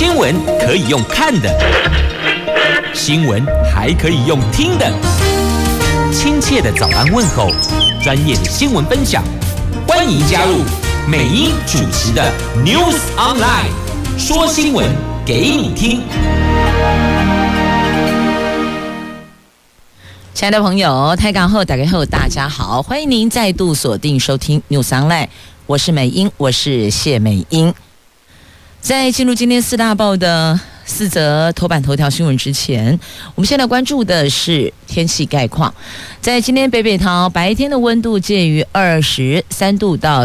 新闻可以用看的，新闻还可以用听的。亲切的早安问候，专业的新闻分享，欢迎加入美英主持的 News Online， 说新闻给你听。 亲爱的朋友，台港后打开后，大家好，欢迎您再度锁定收听 News Online， 我是美英，我是谢美英。在进入今天四大报的4则头版头条新闻之前，我们现在关注的是天气概况。在今天北北桃白天的温度介于23度到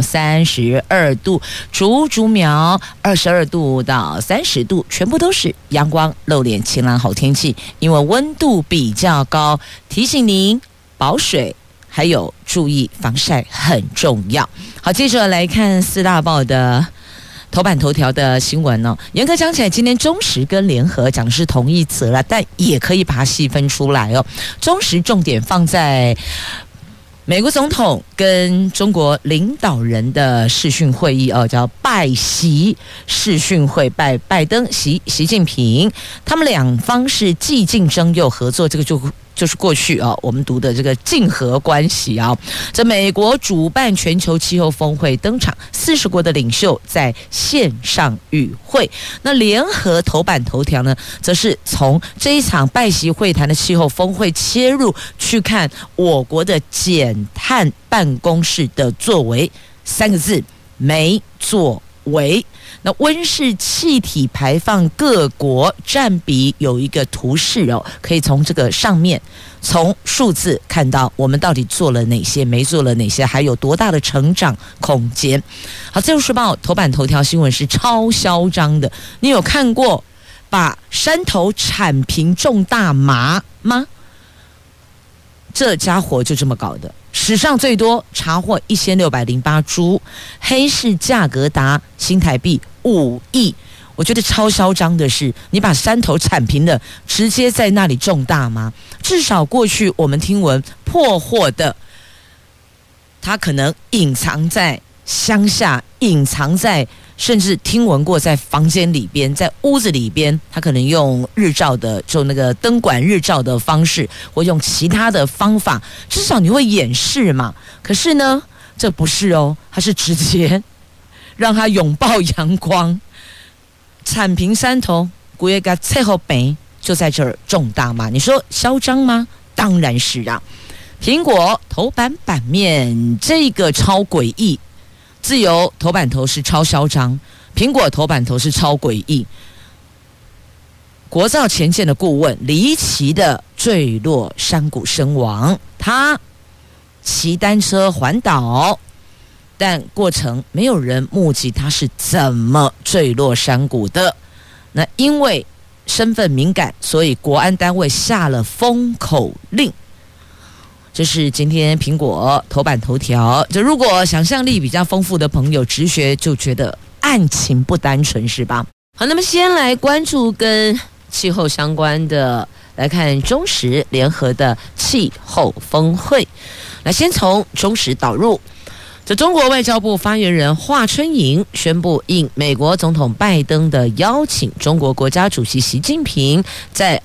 32度，竹苗22度到30度，全部都是阳光露脸晴朗好天气。因为温度比较高，提醒您保水还有注意防晒很重要。好，接着来看四大报的头版头条的新闻哦，严格讲起来，今天中时跟联合讲的是同一则啦，但也可以把它细分出来哦。中时重点放在美国总统跟中国领导人的视讯会议哦，叫拜习视讯会，拜登、习近平，他们两方是既竞争又合作，这个就是过去啊，我们读的这个竞合关系啊。这美国主办全球气候峰会登场，40国的领袖在线上与会。那联合头版头条呢，则是从这一场拜习会谈的气候峰会切入，去看我国的减碳办公室的作为，3个字：没作为。那温室气体排放各国占比有一个图示哦，可以从这个上面从数字看到我们到底做了哪些，没做了哪些，还有多大的成长空间。好，自由时报头版头条新闻是超嚣张的，你有看过把山头铲平种大麻吗？这家伙就这么搞的，史上最多查获1608株，黑市价格达新台币5亿。我觉得超嚣张的是，你把山头铲平了，直接在那里种大麻。至少过去我们听闻破获的，它可能隐藏在乡下，隐藏在甚至听闻过在房间里边，在屋子里边，他可能用日照的，就那个灯管日照的方式，或用其他的方法，至少你会掩饰嘛。可是呢，这不是哦，他是直接让他拥抱阳光，铲平山头，古月个最后北就在这儿种大麻，你说嚣张吗？当然是啊。苹果头版版面这个超诡异。自由头版头是超嚣张，苹果头版头是超诡异。国造前线的顾问离奇的坠落山谷身亡，他骑单车环岛，但过程没有人目击他是怎么坠落山谷的。那因为身份敏感，所以国安单位下了封口令。这是今天苹果头版头条。就如果想象力比较丰富的朋友，直觉就觉得案情不单纯，是吧？好，那么先来关注跟气候相关的，来看中时联合的气候峰会。来，先从中时导入。这中国外交部发言人华春莹宣布，应美国总统拜登的邀请，中国国家主席习近平在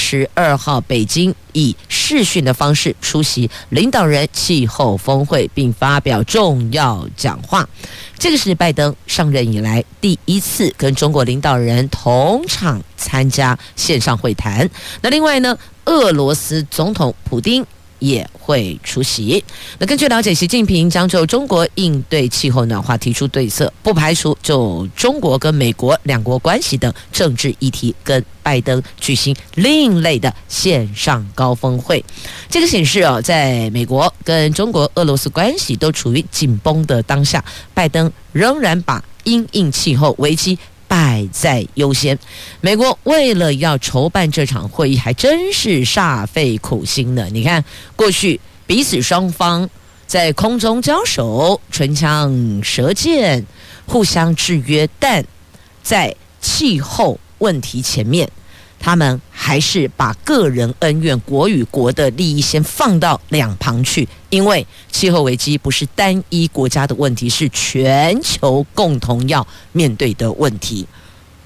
22号北京以视讯的方式出席领导人气候峰会，并发表重要讲话。这个是拜登上任以来第一次跟中国领导人同场参加线上会谈。那另外呢，俄罗斯总统普丁也会出席。那根据了解，习近平将就中国应对气候暖化提出对策，不排除就中国跟美国两国关系等政治议题跟拜登举行另类的线上高峰会。这个显示在美国跟中国、俄罗斯关系都处于紧绷的当下，拜登仍然把因应气候危机摆在优先。美国为了要筹办这场会议，还真是煞费苦心呢。你看，过去彼此双方在空中交手，唇枪舌剑，互相制约，但在气候问题前面，他们还是把个人恩怨、国与国的利益先放到两旁去，因为气候危机不是单一国家的问题，是全球共同要面对的问题。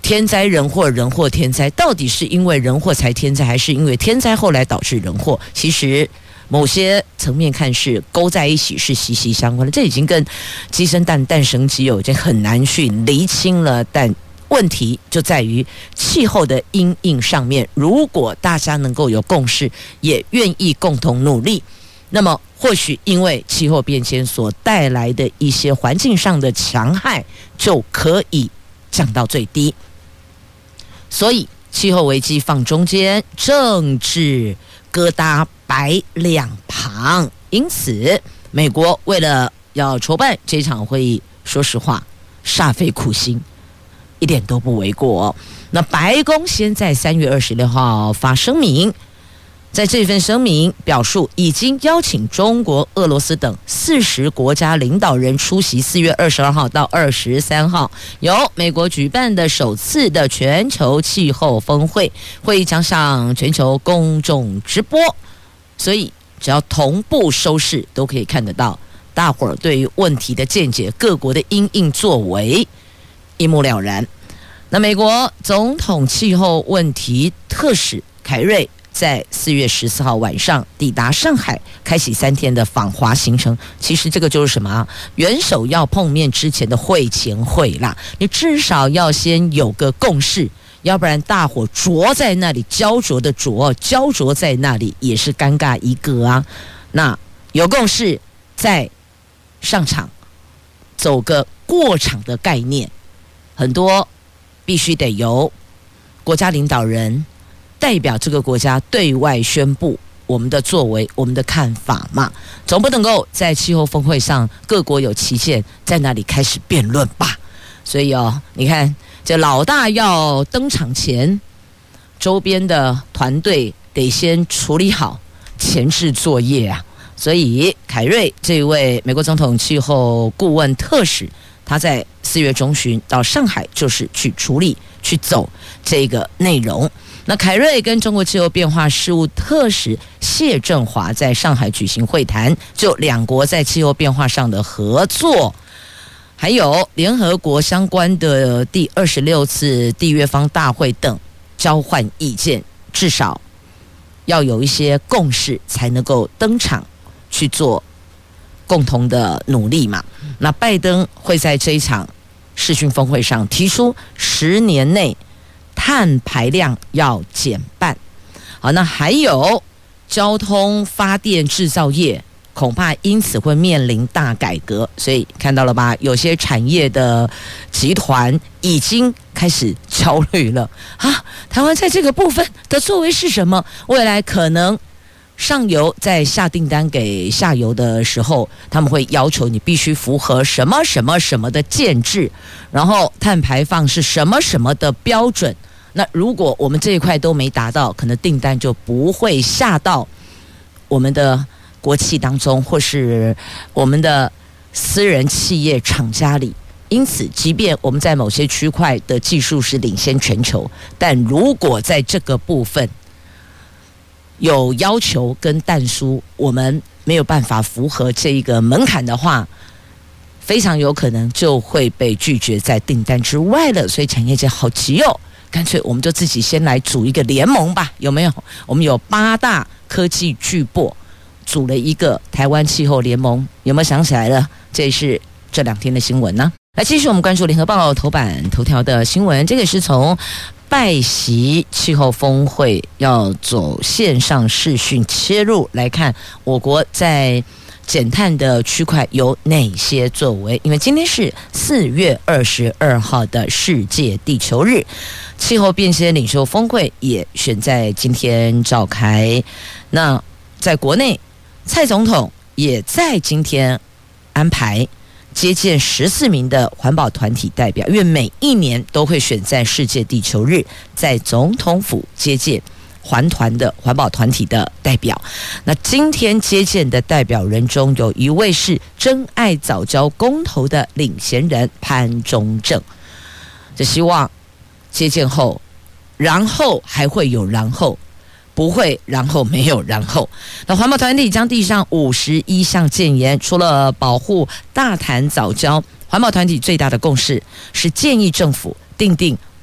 天灾人祸，人祸天灾，到底是因为人祸才天灾，还是因为天灾后来导致人祸？其实某些层面看是勾在一起，是息息相关的。这已经跟鸡生蛋，蛋生鸡已经很难去厘清了。但问题就在于气候的因应上面，如果大家能够有共识，也愿意共同努力，那么或许因为气候变迁所带来的一些环境上的强害就可以降到最低。所以气候危机放中间，政治疙瘩摆两旁。因此美国为了要筹办这场会议，说实话煞费苦心，一点都不为过。那白宫先在3月26号发声明，在这份声明表述，已经邀请中国、俄罗斯等40国家领导人出席4月22号到23号由美国举办的首次的全球气候峰会。会议将上全球公众直播，所以只要同步收视都可以看得到大伙儿对于问题的见解，各国的因应作为一目了然。那美国总统气候问题特使凯瑞在4月14号晚上抵达上海，开启3天的访华行程。其实这个就是什么啊？元首要碰面之前的会前会啦，你至少要先有个共识，要不然大伙啄在那里，焦灼的啄，焦灼在那里也是尴尬一个啊。那有共识再上场，走个过场的概念，很多必须得由国家领导人代表这个国家对外宣布我们的作为，我们的看法嘛，总不能够在气候峰会上各国有旗舰在那里开始辩论吧。所以你看这老大要登场前，周边的团队得先处理好前置作业啊。所以凯瑞这位美国总统气候顾问特使，他在4月中旬到上海，就是去处理去走这个内容。那凯瑞跟中国气候变化事务特使谢振华在上海举行会谈，就两国在气候变化上的合作，还有联合国相关的第26次缔约方大会等交换意见，至少要有一些共识才能够登场去做共同的努力嘛。那拜登会在这一场视讯峰会上提出10年内碳排量要减半。好，那还有交通发电制造业恐怕因此会面临大改革，所以看到了吧，有些产业的集团已经开始焦虑了啊！台湾在这个部分的作为是什么？未来可能上游在下订单给下游的时候，他们会要求你必须符合什么什么什么的建制，然后碳排放是什么什么的标准。那如果我们这一块都没达到，可能订单就不会下到我们的国企当中，或是我们的私人企业厂家里。因此即便我们在某些区块的技术是领先全球，但如果在这个部分有要求跟但书，我们没有办法符合这一个门槛的话，非常有可能就会被拒绝在订单之外了。所以产业界好急哦，干脆我们就自己先来组一个联盟吧，有没有？我们有8大科技巨擘组了一个台湾气候联盟，有没有想起来了？这是这2天的新闻呢。来，继续我们关注联合报头版头条的新闻，这个是从拜习气候峰会要走线上视讯切入来看，我国在减碳的区块有哪些作为？因为今天是4月22号的世界地球日，气候变迁领袖峰会也选在今天召开。那在国内，蔡总统也在今天安排接见14名的环保团体代表，因为每一年都会选在世界地球日在总统府接见环团的环保团体的代表。那今天接见的代表人中有一位是真爱藻礁公投的领衔人潘忠政，就希望接见后，然后还会有然后，不会然后没有然后。那环保团体将递上51项建言，除了保护大潭藻礁，环保团体最大的共识是建议政府订定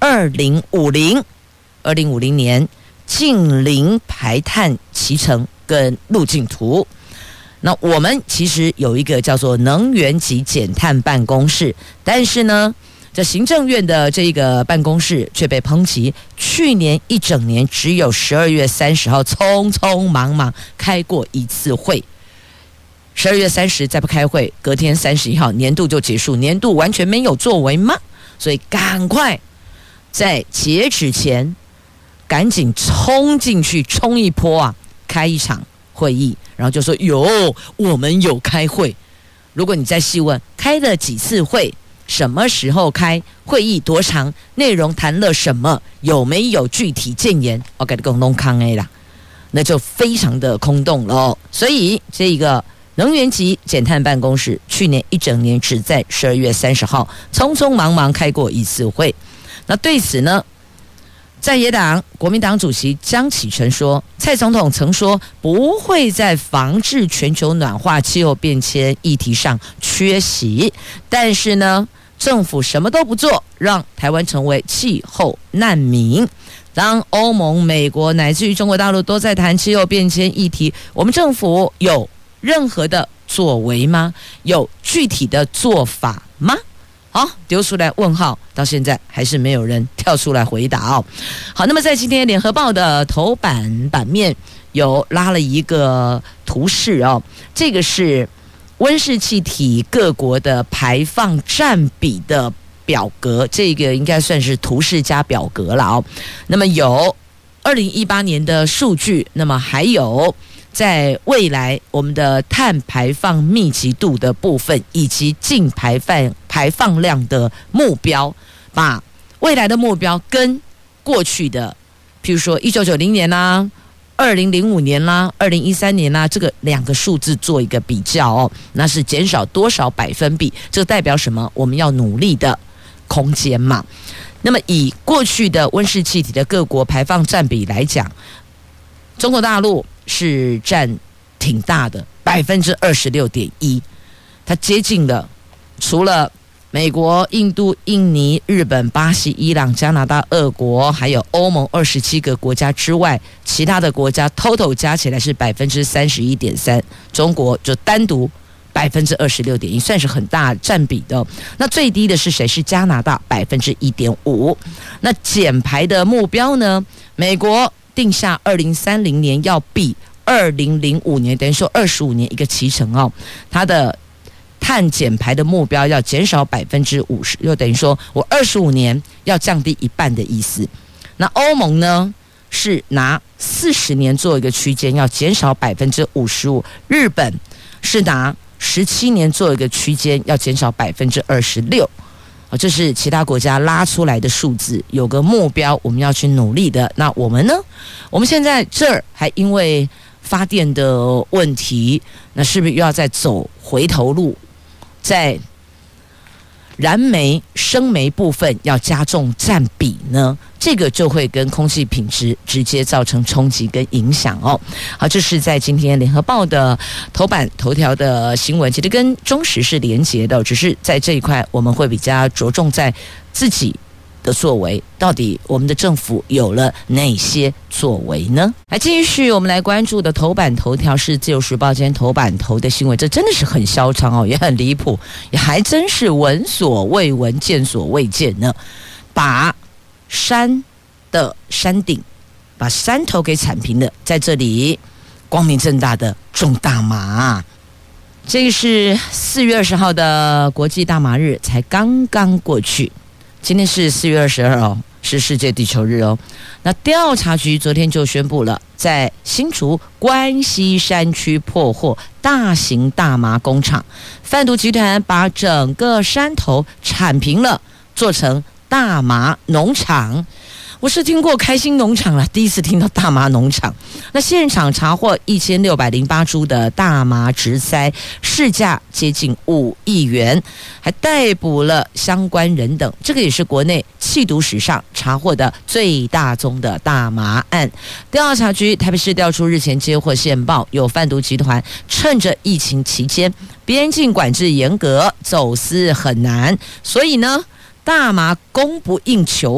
2050年净零排碳期程跟路径图。那我们其实有一个叫做能源及减碳办公室，但是呢，这行政院的这个办公室却被抨击，去年一整年只有12月30号匆匆忙忙开过一次会，12月30再不开会，隔天31号年度就结束，年度完全没有作为吗？所以赶快在截止前赶紧冲进去，冲一波啊，开一场会议，然后就说我们有开会。如果你再细问开了几次会，什么时候开，会议多长，内容谈了什么，有没有具体建言，我给你讲弄康 A 啦，那就非常的空洞了。所以这个能源及减碳办公室去年一整年只在12月30号匆匆忙忙开过一次会。那对此呢，在野党国民党主席江启臣说，蔡总统曾说不会在防治全球暖化气候变迁议题上缺席，但是呢，政府什么都不做，让台湾成为气候难民。当欧盟、美国乃至于中国大陆都在谈气候变迁议题，我们政府有任何的作为吗？有具体的做法吗？好，丢出来问号，到现在还是没有人跳出来回答哦。好，那么在今天联合报的头版面有拉了一个图示哦，这个是温室气体各国的排放占比的表格，这个应该算是图示加表格了哦。那么有2018年的数据，那么还有在未来我们的碳排放密集度的部分，以及净排放量的目标，把未来的目标跟过去的，譬如说1990年啦、2005年啦、2013年啦，这个两个数字做一个比较哦，那是减少多少百分比？这代表什么？我们要努力的空间嘛。那么以过去的温室气体的各国排放占比来讲，中国大陆是占挺大的，26.1%，它接近了除了美国、印度、印尼、日本、巴西、伊朗、加拿大、俄国，还有欧盟27个国家之外，其他的国家 total 加起来是31.3%，中国就单独26.1%，算是很大占比的。那最低的是谁？是加拿大1.5%。那减排的目标呢？美国定下2030年要比2005年，等于说25年一个期程哦，它的碳减排的目标要减少50%，又等于说我25年要降低一半的意思。那欧盟呢是拿40年做一个区间，要减少55%，日本是拿17年做一个区间，要减少26%。这是其他国家拉出来的数字，有个目标我们要去努力的。那我们呢？我们现在这儿还因为发电的问题，那是不是又要再走回头路？在燃煤、生煤部分要加重占比呢？这个就会跟空气品质直接造成冲击跟影响哦。好，这是在今天联合报的头版头条的新闻，其实跟中时是连结的，只是在这一块我们会比较着重在自己的作为，到底我们的政府有了哪些作为呢？来，继续我们来关注的头版头条是自由时报今天头版头的新闻，这真的是很嚣张哦，也很离谱，也还真是闻所未闻、见所未见呢。把山的山顶，把山头给铲平了，在这里光明正大的种大麻。这个是4月20号的国际大麻日，才刚刚过去。今天是4月22号，是世界地球日哦。那调查局昨天就宣布了，在新竹关西山区破获大型大麻工厂，贩毒集团把整个山头铲平了，做成大麻农场。我是听过开心农场了，第一次听到大麻农场。那现场查获1608株的大麻植栽，市价接近5亿元，还逮捕了相关人等。这个也是国内缉毒史上查获的最大宗的大麻案。调查局台北市调处日前接获线报，有贩毒集团趁着疫情期间边境管制严格，走私很难，所以呢大麻供不应求啊，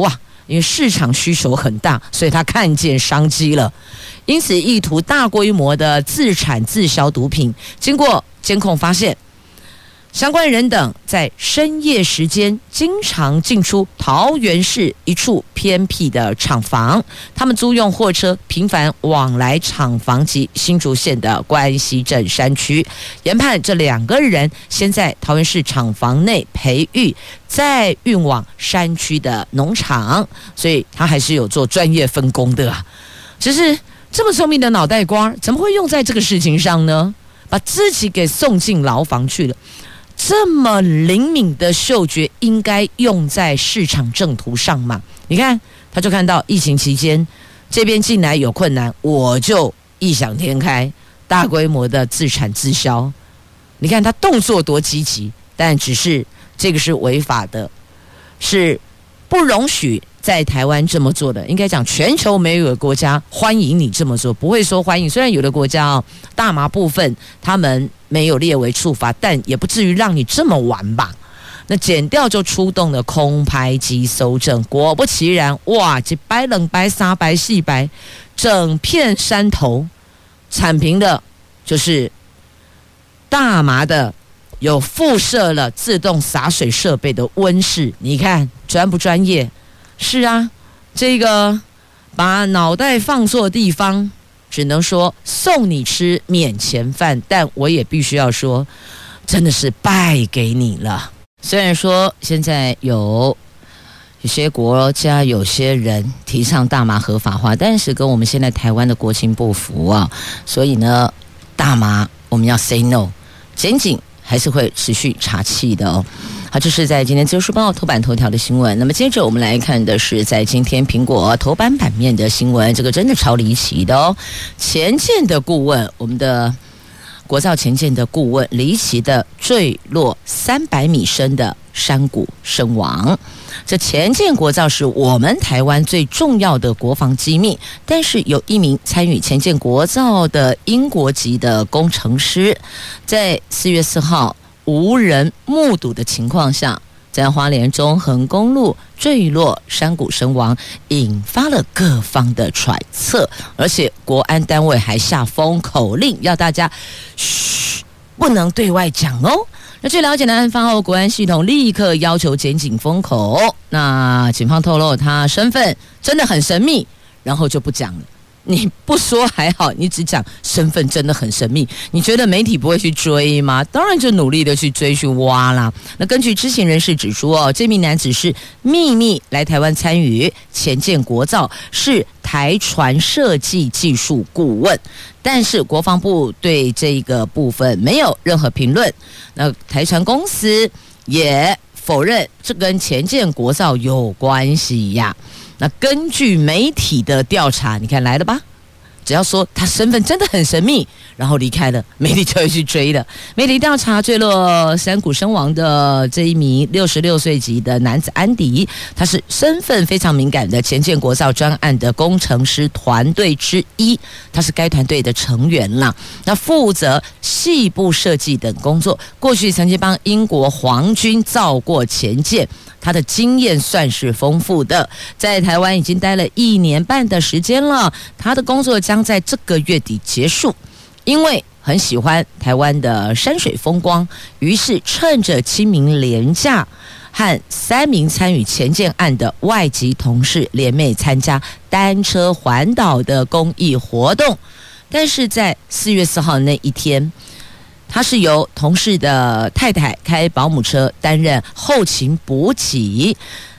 因为市场需求很大，所以他看见商机了，因此意图大规模的自产自销毒品。经过监控发现，相关人等在深夜时间经常进出桃园市一处偏僻的厂房，他们租用货车频繁往来厂房及新竹县的关西镇山区。研判这2个人先在桃园市厂房内培育，再运往山区的农场，所以他还是有做专业分工的啊。只是这么聪明的脑袋瓜，怎么会用在这个事情上呢？把自己给送进牢房去了。这么灵敏的嗅觉应该用在市场正途上嘛？你看，他就看到疫情期间这边进来有困难，我就异想天开，大规模的自产自销。你看他动作多积极，但只是这个是违法的，是不容许在台湾这么做的。应该讲全球没有国家欢迎你这么做，不会说欢迎。虽然有的国家大麻部分他们没有列为处罚，但也不至于让你这么玩吧。那检调就出动了空拍机搜证，果不其然，哇，一摆两摆三摆四摆，整片山头铲平的就是大麻的有附设了自动洒水设备的温室。你看专不专业？是啊，这个把脑袋放错地方，只能说送你吃免钱饭，但我也必须要说，真的是败给你了。虽然说现在有些国家有些人提倡大麻合法化，但是跟我们现在台湾的国情不符啊，所以呢，大麻我们要 say no， 检警还是会持续查缉的哦。好，这是在今天《自由时报》头版头条的新闻。那么接着我们来看的是在今天苹果头版版面的新闻，这个真的超离奇的哦。前建的顾问，我们的国造前建的顾问离奇的坠落300米深的山谷身亡。这前建国造是我们台湾最重要的国防机密，但是有一名参与前建国造的英国籍的工程师，在4月4号无人目睹的情况下，在花莲中横公路坠落山谷身亡，引发了各方的揣测，而且国安单位还下封口令，要大家嘘，不能对外讲哦。那据了解的案发后，国安系统立刻要求检警封口。那警方透露，他身份真的很神秘，然后就不讲了。你不说还好，你只讲身份真的很神秘，你觉得媒体不会去追吗？当然就努力的去追去挖啦。那根据知情人士指出哦，这名男子是秘密来台湾参与前建国造，是台船设计技术顾问，但是国防部对这个部分没有任何评论。那台船公司也否认这跟前建国造有关系呀。那根据媒体的调查，你看来了吧？只要说他身份真的很神秘，然后离开了，媒体就会去追的。媒体调查坠落山谷身亡的这一名66岁级的男子安迪，他是身份非常敏感的前建国造专案的工程师团队之一，他是该团队的成员啦。那负责细部设计等工作，过去曾经帮英国皇军造过前舰。他的经验算是丰富的，在台湾已经待了1年半的时间了。他的工作将在这个月底结束，因为很喜欢台湾的山水风光，于是趁着清明连假，和3名参与前建案的外籍同事联袂参加单车环岛的公益活动。但是在4月4号那一天，他是由同事的太太开保姆车担任后勤补给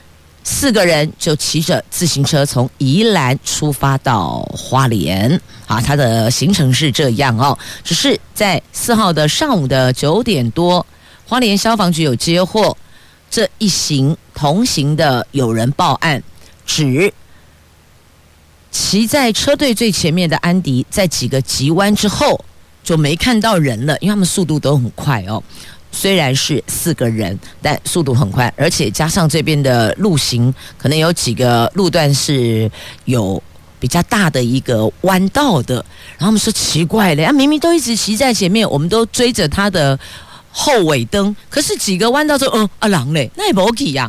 ，4个人就骑着自行车从宜兰出发到花莲。他的行程是这样哦，只是在4号的上午的9点多，花莲消防局有接获这一行同行的有人报案，指骑在车队最前面的安迪在几个急弯之后就没看到人了，因为他们速度都很快哦。虽然是4个人，但速度很快，而且加上这边的路型，可能有几个路段是有比较大的一个弯道的。然后他们说奇怪了，明明都一直骑在前面，我们都追着他的后尾灯，可是几个弯道之后，狼嘞，那也不 OK 呀。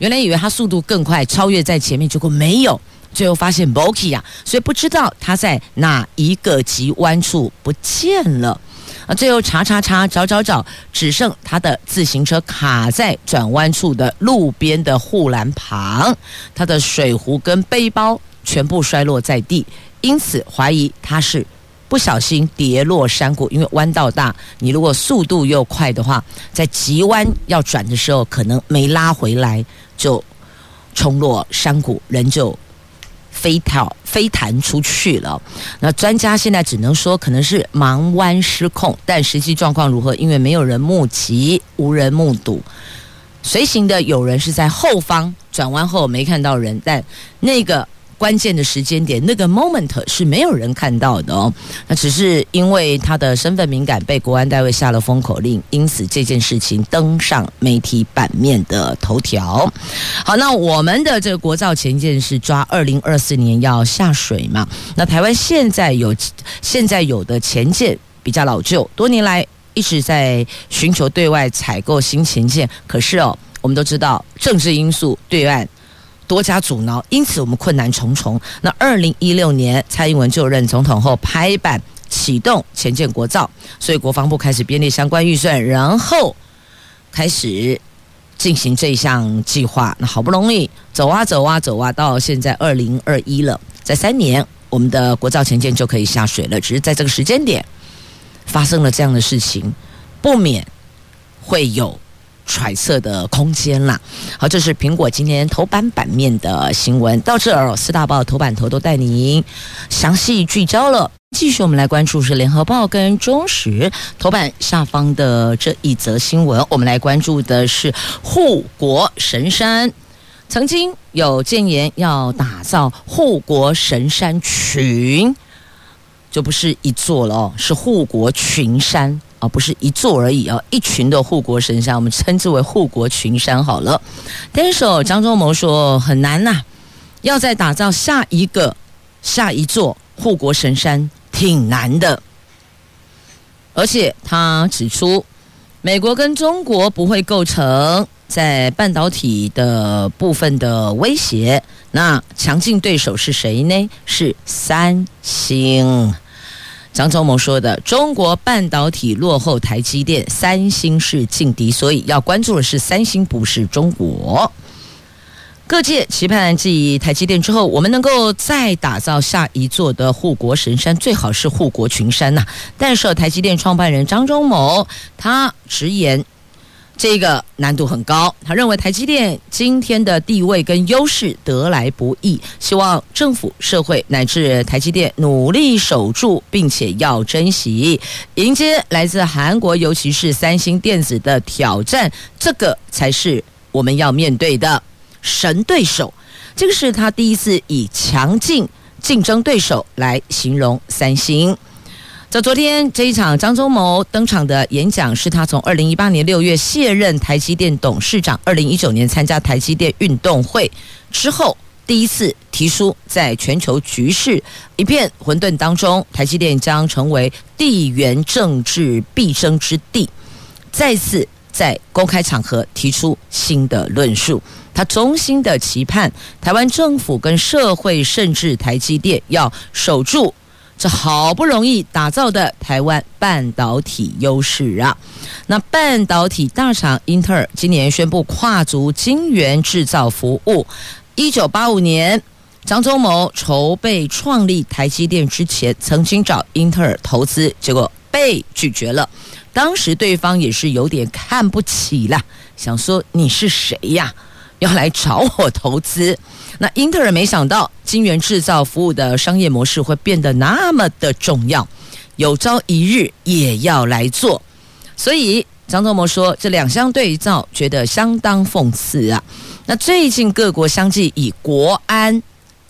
原来以为它速度更快，超越在前面，结果没有，最后发现没去啊，所以不知道它在哪一个急弯处不见了。最后查，找，只剩他的自行车卡在转弯处的路边的护栏旁，他的水壶跟背包全部摔落在地，因此怀疑他是不小心跌落山谷，因为弯道大，你如果速度又快的话，在急弯要转的时候，可能没拉回来就冲落山谷，人就飞弹出去了。那专家现在只能说可能是盲弯失控，但实际状况如何，因为没有人目击，无人目睹。随行的有人是在后方，转弯后没看到人，但那个关键的时间点，那个 moment 是没有人看到的哦。那只是因为他的身份敏感，被国安单位下了封口令，因此这件事情登上媒体版面的头条。好，那我们的这个国造前舰是抓2024年要下水嘛？那台湾现在有的前舰比较老旧，多年来一直在寻求对外采购新前舰，可是我们都知道政治因素，对岸多加阻挠，因此我们困难重重。那2016年蔡英文就任总统后，拍板启动前舰国造，所以国防部开始编列相关预算，然后开始进行这项计划。那好不容易走啊，到现在2021了，在3年我们的国造前舰就可以下水了。只是在这个时间点发生了这样的事情，不免会有揣测的空间啦。好，这是苹果今天头版版面的新闻。到这儿四大报头版头都带您详细聚焦了。继续我们来关注是联合报跟中时头版下方的这一则新闻，我们来关注的是护国神山。曾经有建言要打造护国神山群，就不是一座了是护国群山不是一座而已一群的护国神山，我们称之为护国群山好了。但是张忠谋说很难呐，要再打造下一座护国神山挺难的。而且他指出，美国跟中国不会构成在半导体的部分的威胁，那强劲对手是谁呢？是三星。张忠谋说的，中国半导体落后台积电，三星是劲敌，所以要关注的是三星，不是中国。各界期盼继台积电之后，我们能够再打造下一座的护国神山，最好是护国群山呐。但是台积电创办人张忠谋他直言，这个难度很高，他认为台积电今天的地位跟优势得来不易，希望政府、社会乃至台积电努力守住，并且要珍惜，迎接来自韩国尤其是三星电子的挑战，这个才是我们要面对的神对手。这个是他第一次以强劲竞争对手来形容三星。在昨天这一场张忠谋登场的演讲，是他从2018年6月卸任台积电董事长，2019年参加台积电运动会之后第一次提出，在全球局势一片混沌当中，台积电将成为地缘政治必争之地，再次在公开场合提出新的论述。他衷心的期盼台湾政府跟社会，甚至台积电要守住这好不容易打造的台湾半导体优势啊！那半导体大厂英特尔今年宣布跨足晶圆制造服务。1985年，张忠谋筹备创立台积电之前，曾经找英特尔投资，结果被拒绝了。当时对方也是有点看不起啦，想说你是谁呀？要来找我投资。那英特尔没想到晶圆制造服务的商业模式会变得那么的重要，有朝一日也要来做。所以张忠谋说，这两相对照，觉得相当讽刺啊。那最近各国相继以国安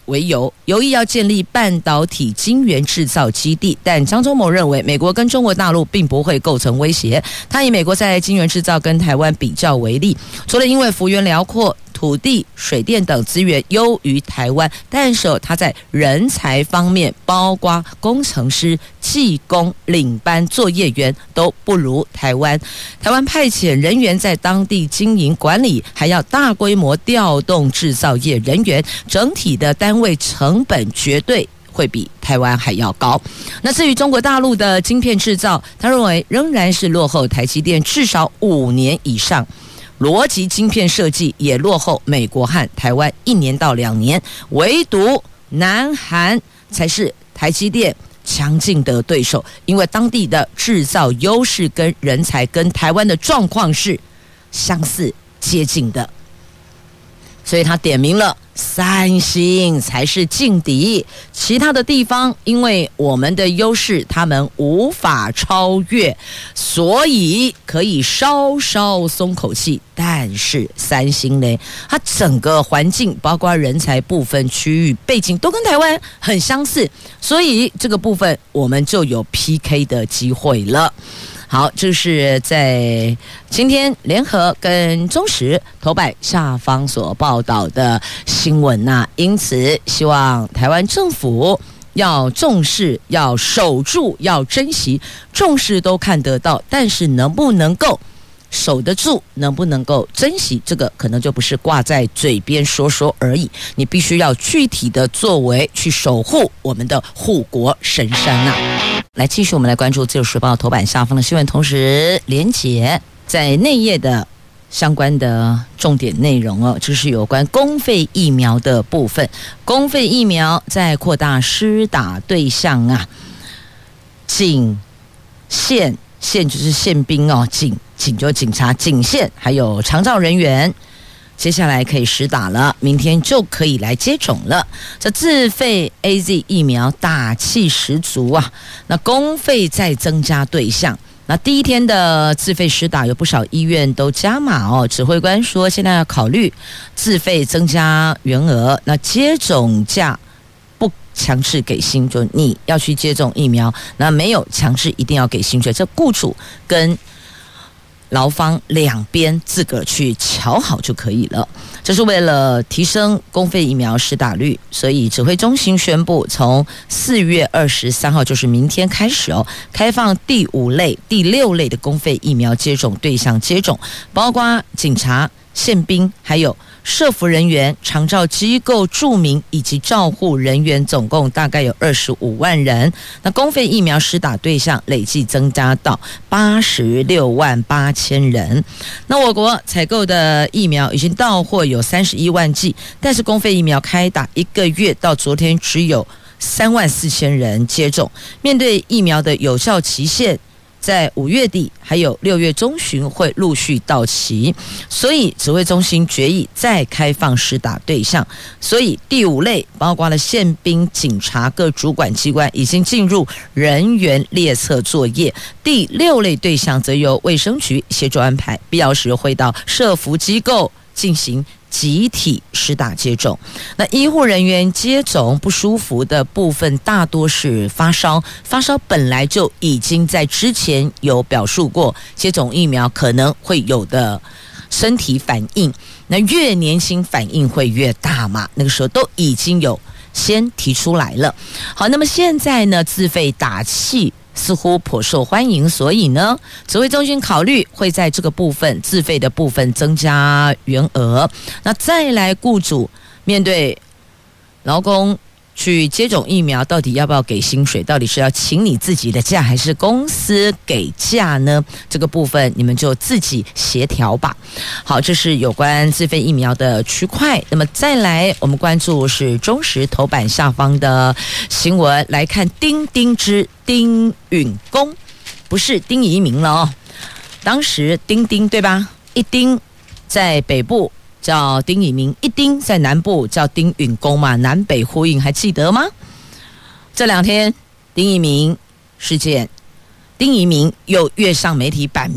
为由，有意要建立半导体晶圆制造基地，但张忠谋认为美国跟中国大陆并不会构成威胁。他以美国在晶圆制造跟台湾比较为例，除了因为幅员辽阔、土地、水电等资源优于台湾，但是他在人才方面，包括工程师、技工、领班、作业员都不如台湾。台湾派遣人员在当地经营管理，还要大规模调动制造业人员，整体的单位成本绝对会比台湾还要高。那至于中国大陆的晶片制造，他认为仍然是落后台积电至少5年以上。逻辑晶片设计也落后美国和台湾1年到2年，唯独南韩才是台积电强劲的对手，因为当地的制造优势跟人才跟台湾的状况是相似接近的，所以他点名了三星才是劲敌，其他的地方因为我们的优势他们无法超越，所以可以稍稍松口气。但是三星呢，它整个环境包括人才部分、区域背景都跟台湾很相似，所以这个部分我们就有 PK 的机会了。好，这是在今天联合跟中时头版下方所报道的新闻呐，因此希望台湾政府要重视、要守住、要珍惜，重视都看得到，但是能不能够守得住，能不能够珍惜，这个可能就不是挂在嘴边说说而已，你必须要具体的作为去守护我们的护国神山呐。来，继续我们来关注自由时报头版下方的新闻，同时连结在内页的相关的重点内容哦，这是有关公费疫苗的部分。公费疫苗在扩大施打对象啊，警宪就是宪兵哦，警就警察、警宪还有长照人员。接下来可以施打了，明天就可以来接种了。这自费 AZ 疫苗打气十足啊！那公费再增加对象，那第一天的自费施打有不少医院都加码哦。指挥官说，现在要考虑自费增加员额，那接种价不强制给薪，就你要去接种疫苗，那没有强制一定要给薪水，这雇主跟劳方两边自个儿去瞧好就可以了。这是为了提升公费疫苗施打率，所以指挥中心宣布，从4月23号，就是明天开始哦，开放第5类、第6类的公费疫苗接种对象接种，包括警察、宪兵，还有社福人员、长照机构住民以及照护人员，总共大概有25万人。那公费疫苗施打对象累计增加到86万8千人。那我国采购的疫苗已经到货有31万剂，但是公费疫苗开打1个月到昨天只有3万4千人接种。面对疫苗的有效期限在5月底还有6月中旬会陆续到期，所以指挥中心决议再开放施打对象，所以第5类包括了宪兵、警察各主管机关已经进入人员列册作业，第6类对象则由卫生局协助安排，必要时会到社福机构进行集体施打接种。那医护人员接种不舒服的部分大多是发烧本来就已经在之前有表述过接种疫苗可能会有的身体反应，那越年轻反应会越大嘛，那个时候都已经有先提出来了。好，那么现在呢，自费打气似乎颇受欢迎，所以呢，指挥中心考虑会在这个部分自费的部分增加员额。那再来，雇主面对劳工去接种疫苗，到底要不要给薪水？到底是要请你自己的假，还是公司给假呢？这个部分你们就自己协调吧。好，这是有关自费疫苗的区块。那么再来，我们关注是中时头版下方的新闻，来看丁丁之丁允恭，不是丁仪明了哦。当时丁丁对吧？一丁在北部叫丁仪明，一丁在南部叫丁允恭嘛，南北呼应，还记得吗？这2天丁仪明事件，丁仪明又跃上媒体版面，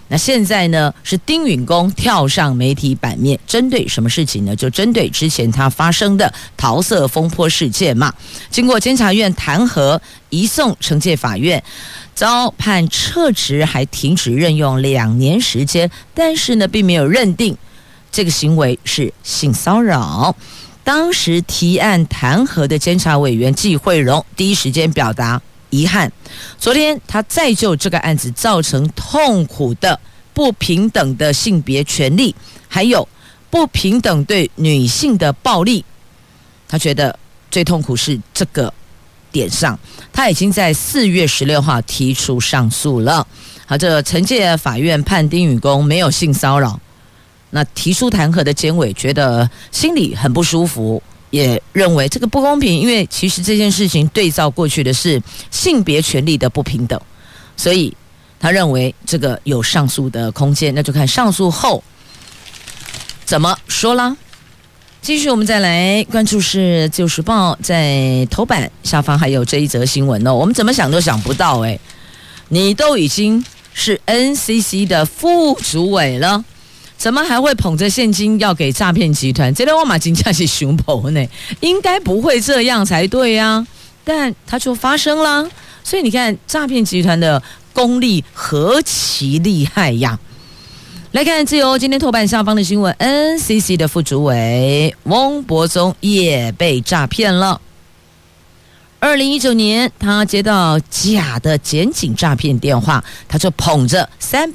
那现在呢，是丁允恭跳上媒体版面，针对什么事情呢？就针对之前他发生的桃色风波事件嘛。经过监察院弹劾，移送惩戒法院，遭判撤职，还停止任用2年时间，但是呢，并没有认定这个行为是性骚扰。当时提案弹劾的监察委员纪惠容第一时间表达遗憾。昨天他再就这个案子造成痛苦的不平等的性别权利，还有不平等对女性的暴力，他觉得最痛苦是这个点上，他已经在4月16号提出上诉了。好，这惩戒法院判丁允恭没有性骚扰，那提出弹劾的监委觉得心里很不舒服，也认为这个不公平，因为其实这件事情对照过去的是性别权利的不平等，所以他认为这个有上诉的空间，那就看上诉后怎么说啦。继续我们再来关注是《自由时报》在头版下方还有这一则新闻哦，我们怎么想都想不到你都已经是 NCC 的副主委了，怎么还会捧着现金要给诈骗集团？这个我嘛真的是想不到呢，应该不会这样才对啊，但它就发生了。所以你看诈骗集团的功力何其厉害呀！来看自由今天头版下方的新闻 ，NCC 的副主委翁博宗也被诈骗了。2019年，他接到假的检警诈骗电话，他就捧着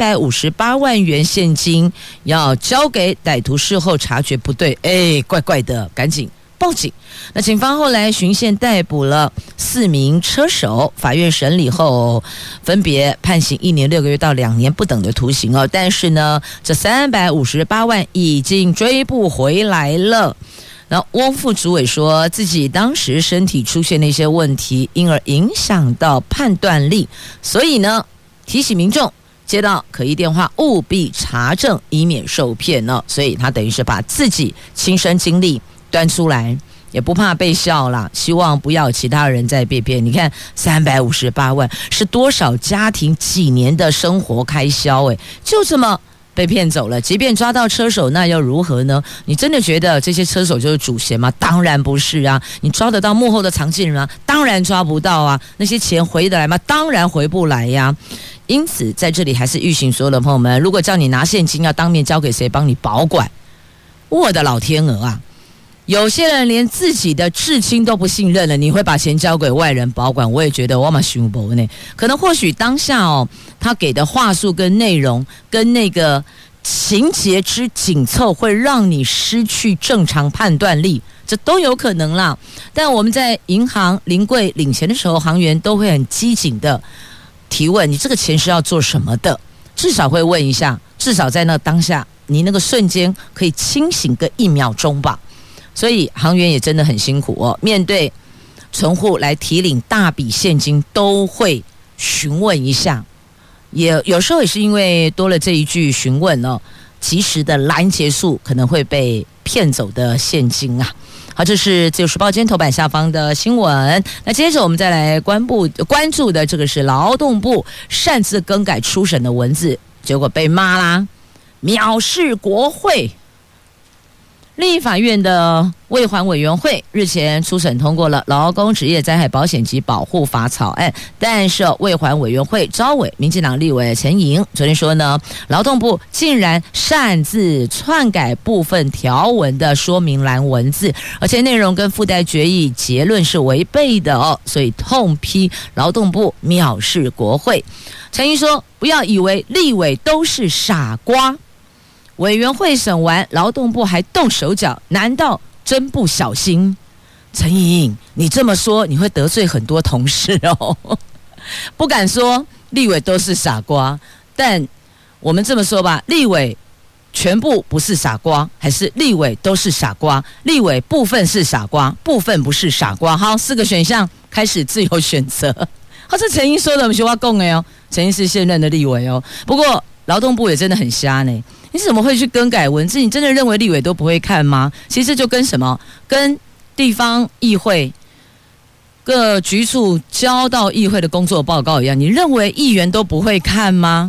358万元现金要交给歹徒，事后察觉不对，怪怪的，赶紧报警。那警方后来循线逮捕了4名车手，法院审理后分别判刑1年6个月到2年不等的徒刑哦。但是呢，这358万已经追不回来了。然后翁副主委说自己当时身体出现了一些问题，因而影响到判断力，所以呢提醒民众接到可疑电话务必查证，以免受骗呢。所以他等于是把自己亲身经历端出来，也不怕被笑啦，希望不要其他人再被骗。你看358万是多少家庭几年的生活开销就这么被骗走了。即便抓到车手，那又如何呢？你真的觉得这些车手就是主嫌吗？当然不是啊。你抓得到幕后的藏镜人吗？当然抓不到啊。那些钱回得来吗？当然回不来呀。因此在这里还是预醒所有的朋友们，如果叫你拿现金要当面交给谁帮你保管，我的老天鹅啊，有些人连自己的至亲都不信任了，你会把钱交给外人保管？我也觉得我蛮想不到呢。可能或许当下他给的话术跟内容跟那个情节之紧凑，会让你失去正常判断力，这都有可能啦。但我们在银行临柜领钱的时候，行员都会很机警的提问，你这个钱是要做什么的？至少会问一下，至少在那当下，你那个瞬间可以清醒个1秒钟吧。所以行员也真的很辛苦面对存户来提领大笔现金，都会询问一下，也有时候也是因为多了这一句询问及时的拦截数可能会被骗走的现金啊。好，这是自由时报今天头版下方的新闻。那接着我们再来关注的这个是劳动部擅自更改初审的文字，结果被骂啦，藐视国会。立法院的卫环委员会日前初审通过了《劳工职业灾害保险及保护法》草案，但是卫环委员会召委民进党立委陈莹昨天说呢，劳动部竟然擅自篡改部分条文的说明栏文字，而且内容跟附带决议结论是违背的所以痛批劳动部藐视国会。陈莹说，不要以为立委都是傻瓜，委员会审完，劳动部还动手脚，难道真不小心？陈莹，你这么说你会得罪很多同事不敢说立委都是傻瓜，但我们这么说吧，立委全部不是傻瓜，还是立委都是傻瓜？立委部分是傻瓜，部分不是傻瓜。好，4个选项开始自由选择。好，这陈莹说的，我们学话讲的陈莹是现任的立委不过劳动部也真的很瞎呢。你怎么会去更改文字？你真的认为立委都不会看吗？其实就跟什么，跟地方议会各局处交到议会的工作报告一样，你认为议员都不会看吗？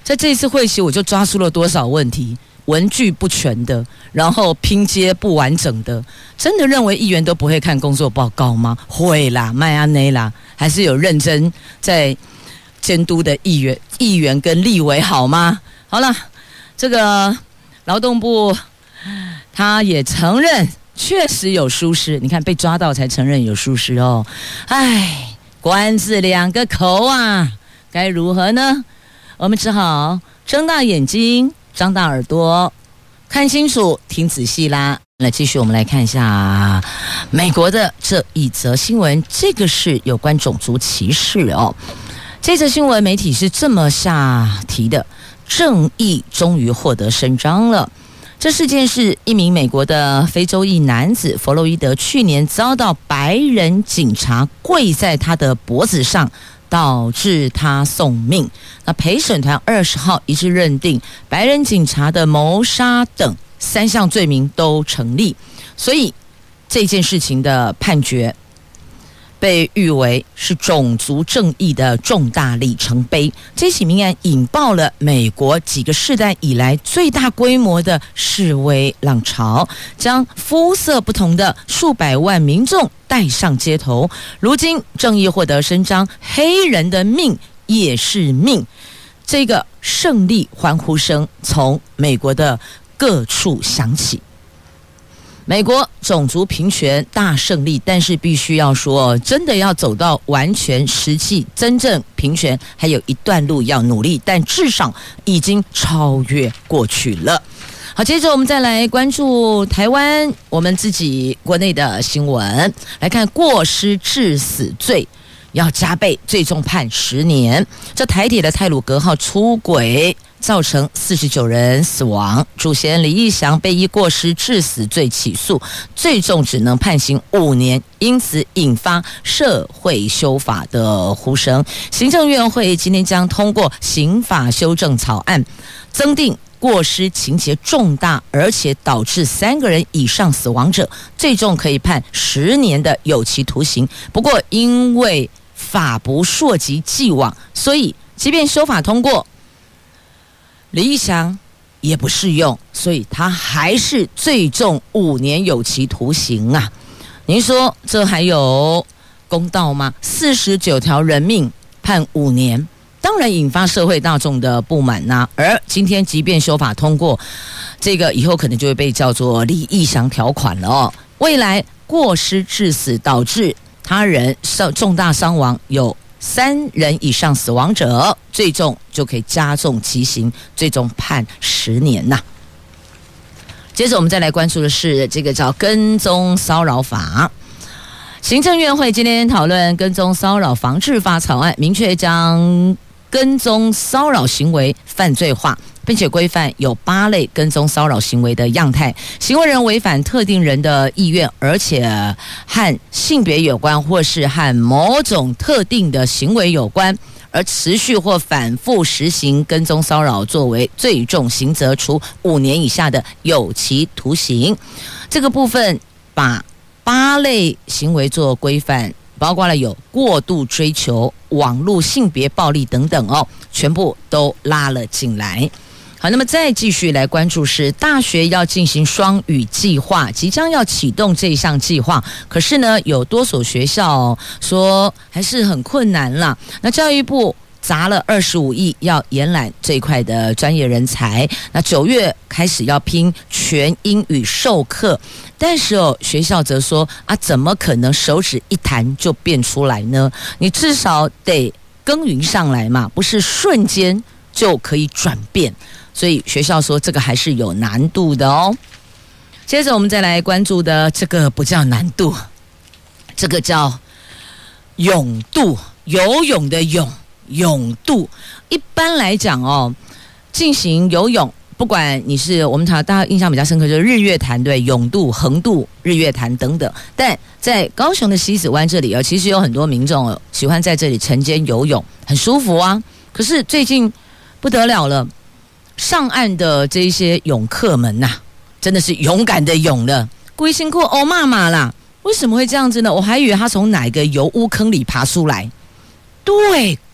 在这一次会期，我就抓出了多少问题，文句不全的，然后拼接不完整的，真的认为议员都不会看工作报告吗？会啦，麦阿内啦，还是有认真在监督的议员跟立委好吗？好了，这个劳动部他也承认确实有疏失，你看被抓到才承认有疏失哦。哎，官字两个口啊，该如何呢？我们只好睁大眼睛，张大耳朵，看清楚，听仔细啦。那继续我们来看一下美国的这一则新闻，这个是有关种族歧视哦。这则新闻媒体是这么下题的：正义终于获得伸张了。这事件是一名美国的非洲裔男子弗洛伊德去年遭到白人警察跪在他的脖子上，导致他送命。那陪审团20号一致认定白人警察的谋杀等3项罪名都成立，所以这件事情的判决被誉为是种族正义的重大里程碑。这起命案引爆了美国几个世代以来最大规模的示威浪潮，将肤色不同的数百万民众带上街头。如今正义获得伸张，黑人的命也是命，这个胜利欢呼声从美国的各处响起。美国种族平权大胜利，但是必须要说，真的要走到完全实际真正平权，还有一段路要努力，但至少已经超越过去了。好，接着我们再来关注台湾我们自己国内的新闻，来看过失致死罪要加倍，最重判10年。这台铁的太鲁阁号出轨造成49人死亡，主嫌李义祥被依过失致死罪起诉，最重只能判刑5年，因此引发社会修法的呼声。行政院会今天将通过刑法修正草案，增订过失情节重大而且导致3个人以上死亡者，最重可以判10年的有期徒刑。不过因为法不溯及既往，所以即便修法通过，李义祥也不适用，所以他还是最重5年有期徒刑啊！您说这还有公道吗？49条人命判5年，当然引发社会大众的不满呐。而今天即便修法通过，这个以后可能就会被叫做李义祥条款了哦。未来过失致死导致他人重大伤亡有3人以上死亡者，最重就可以加重其刑，最终判10年呐。接着我们再来关注的是这个叫跟踪骚扰法。行政院会今天讨论跟踪骚扰防治法草案，明确将跟踪骚扰行为犯罪化，并且规范有8类跟踪骚扰行为的样态，行为人违反特定人的意愿，而且和性别有关，或是和某种特定的行为有关，而持续或反复实行跟踪骚扰，作为最重刑责，处5年以下的有期徒刑。这个部分把8类行为做规范，包括了有过度追求、网络性别暴力等等哦，全部都拉了进来。好，那么再继续来关注是大学要进行双语计划，即将要启动这一项计划，可是呢，有多所学校说还是很困难啦。那教育部砸了25亿要延揽这一块的专业人才，那9月开始要拼全英语授课，但是学校则说啊，怎么可能手指一弹就变出来呢？你至少得耕耘上来嘛，不是瞬间就可以转变，所以学校说这个还是有难度的哦。接着我们再来关注的这个不叫难度，这个叫泳度，游泳的泳度。一般来讲哦，进行游泳，不管你是我们大家印象比较深刻就是日月潭，对，泳渡、横渡、日月潭等等。但在高雄的西子湾这里其实有很多民众喜欢在这里晨间游泳，很舒服啊。可是最近不得了了，上岸的这些泳客们呐，真的是勇敢的泳了，龟辛苦欧妈妈啦。为什么会这样子呢？我还以为他从哪个油污坑里爬出来。对，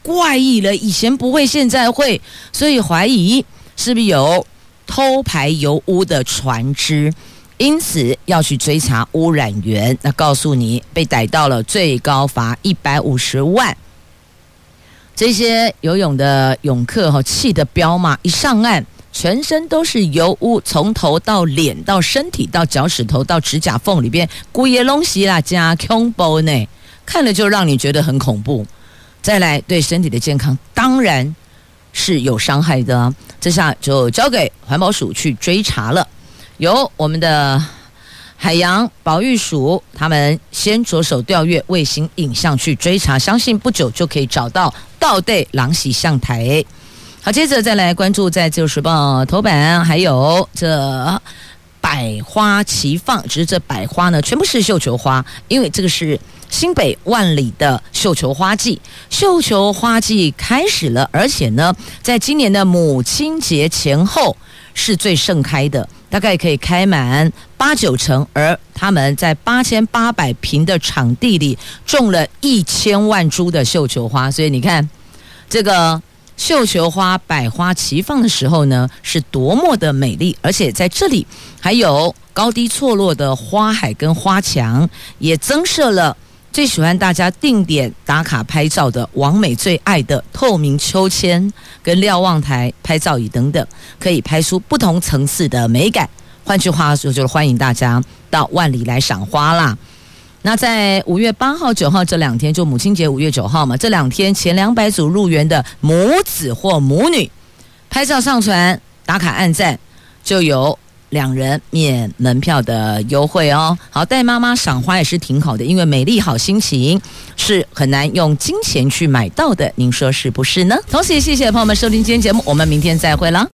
怪异了，以前不会，现在会，所以怀疑是不是有偷排油污的船只，因此要去追查污染源。那告诉你，被逮到了，最高罚150万。这些游泳的泳客气得飙骂，一上岸全身都是油污，从头到脸到身体到脚趾头到指甲缝里边，规个东西啦加恐怖呢，看了就让你觉得很恐怖。再来，对身体的健康当然是有伤害的，这下就交给环保署去追查了。由我们的海洋保育署他们先着手调阅卫星影像去追查，相信不久就可以找到到底狼袭向台。好，接着再来关注在自由时报头版，还有这百花齐放，只是这百花呢全部是绣球花，因为这个是新北万里的绣球花季，绣球花季开始了，而且呢在今年的母亲节前后是最盛开的，大概可以开满8-9成，而他们在8800平的场地里种了1000万株的绣球花，所以你看这个绣球花百花齐放的时候呢，是多么的美丽，而且在这里还有高低错落的花海跟花墙，也增设了最喜欢大家定点打卡拍照的网美最爱的透明秋千跟瞭望台拍照椅等等，可以拍出不同层次的美感。换句话说，就是欢迎大家到万里来赏花啦。那在5月8号、9号这2天，就母亲节5月9号嘛，这2天前200组入园的母子或母女拍照上传打卡按赞，就有2人免门票的优惠哦。好，带妈妈赏花也是挺好的，因为美丽好心情是很难用金钱去买到的，您说是不是呢？同时也谢谢朋友们收听今天节目，我们明天再会了。